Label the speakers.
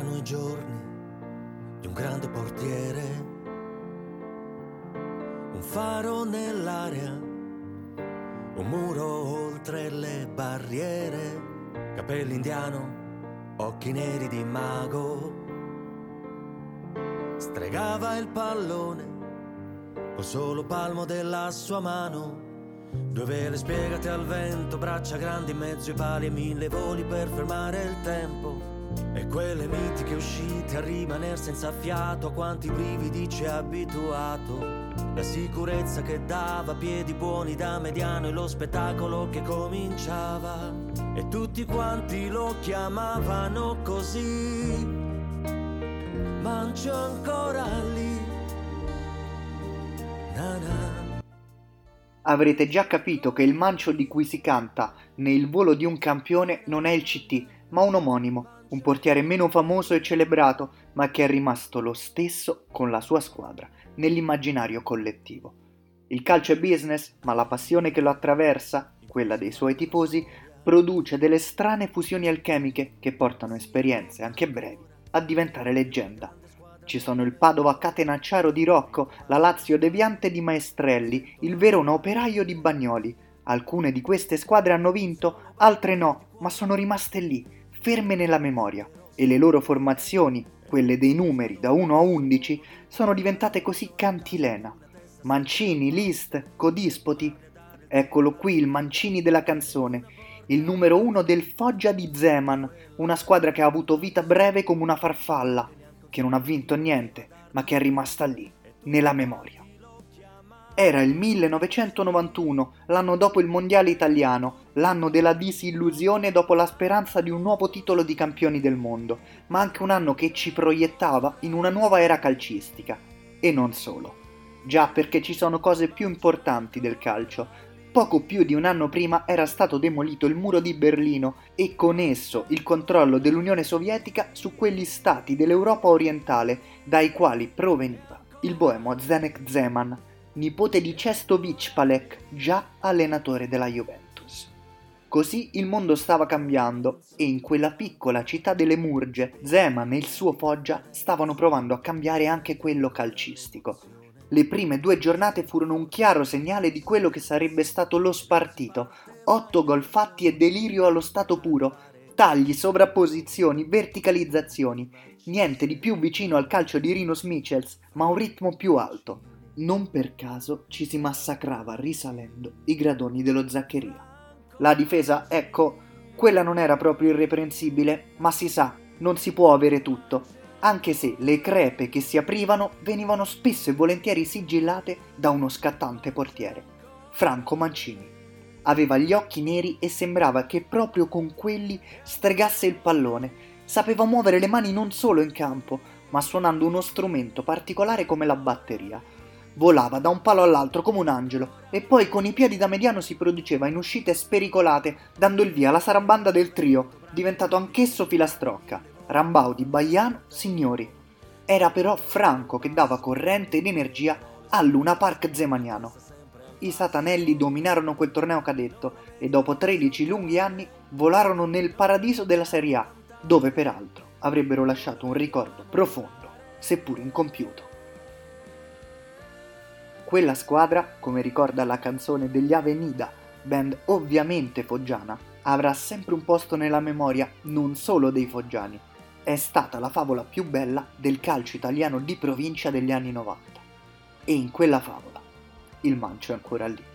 Speaker 1: Erano i giorni di un grande portiere, un faro nell'aria, un muro oltre le barriere, capelli indiano, occhi neri di mago. Stregava il pallone col solo palmo della sua mano. Due vele spiegate al vento, braccia grandi in mezzo ai pali e 1000 voli per fermare il tempo. E quelle mitiche uscite a rimaner senza fiato, a quanti brividi ci ha abituato. La sicurezza che dava piedi buoni da mediano e lo spettacolo che cominciava. E tutti quanti lo chiamavano così, Mancio ancora lì, na-na.
Speaker 2: Avrete già capito che il Mancio di cui si canta nel volo di un campione non è il CT, ma un omonimo, un portiere meno famoso e celebrato, ma che è rimasto lo stesso con la sua squadra, nell'immaginario collettivo. Il calcio è business, ma la passione che lo attraversa, quella dei suoi tifosi, produce delle strane fusioni alchemiche che portano esperienze, anche brevi, a diventare leggenda. Ci sono il Padova Catenacciaro di Rocco, la Lazio deviante di Maestrelli, il Verona operaio di Bagnoli. Alcune di queste squadre hanno vinto, altre no, ma sono rimaste lì, ferme nella memoria. E le loro formazioni, quelle dei numeri da 1 a 11, sono diventate così cantilena. Mancini, List, Codispoti. Eccolo qui il Mancini della canzone, il numero 1 del Foggia di Zeman, una squadra che ha avuto vita breve come una farfalla, che non ha vinto niente, ma che è rimasta lì, nella memoria. Era il 1991, l'anno dopo il mondiale italiano, l'anno della disillusione dopo la speranza di un nuovo titolo di campioni del mondo, ma anche un anno che ci proiettava in una nuova era calcistica. E non solo. Già, perché ci sono cose più importanti del calcio. Poco più di un anno prima era stato demolito il muro di Berlino e con esso il controllo dell'Unione Sovietica su quegli stati dell'Europa orientale dai quali proveniva il boemo Zdeněk Zeman, nipote di Često Vičpalek, già allenatore della Juventus. Così il mondo stava cambiando e in quella piccola città delle Murge, Zeman e il suo Foggia stavano provando a cambiare anche quello calcistico. Le prime 2 giornate furono un chiaro segnale di quello che sarebbe stato lo spartito. 8 gol fatti e delirio allo stato puro, tagli, sovrapposizioni, verticalizzazioni. Niente di più vicino al calcio di Rinus Michels, ma un ritmo più alto. Non per caso ci si massacrava risalendo i gradoni dello Zaccheria. La difesa, ecco, quella non era proprio irreprensibile, ma si sa, non si può avere tutto. Anche se le crepe che si aprivano venivano spesso e volentieri sigillate da uno scattante portiere, Franco Mancini. Aveva gli occhi neri e sembrava che proprio con quelli stregasse il pallone. Sapeva muovere le mani non solo in campo, ma suonando uno strumento particolare come la batteria. Volava da un palo all'altro come un angelo e poi con i piedi da mediano si produceva in uscite spericolate, dando il via alla sarabanda del trio, diventato anch'esso filastrocca. Rambaudi, Baiano, Signori. Era però Franco che dava corrente ed energia al Luna Park zemaniano. I satanelli dominarono quel torneo cadetto e dopo 13 lunghi anni volarono nel paradiso della Serie A, dove peraltro avrebbero lasciato un ricordo profondo, seppur incompiuto. Quella squadra, come ricorda la canzone degli Avenida, band ovviamente foggiana, avrà sempre un posto nella memoria non solo dei foggiani. È stata la favola più bella del calcio italiano di provincia degli anni 90. E in quella favola il Mancio è ancora lì.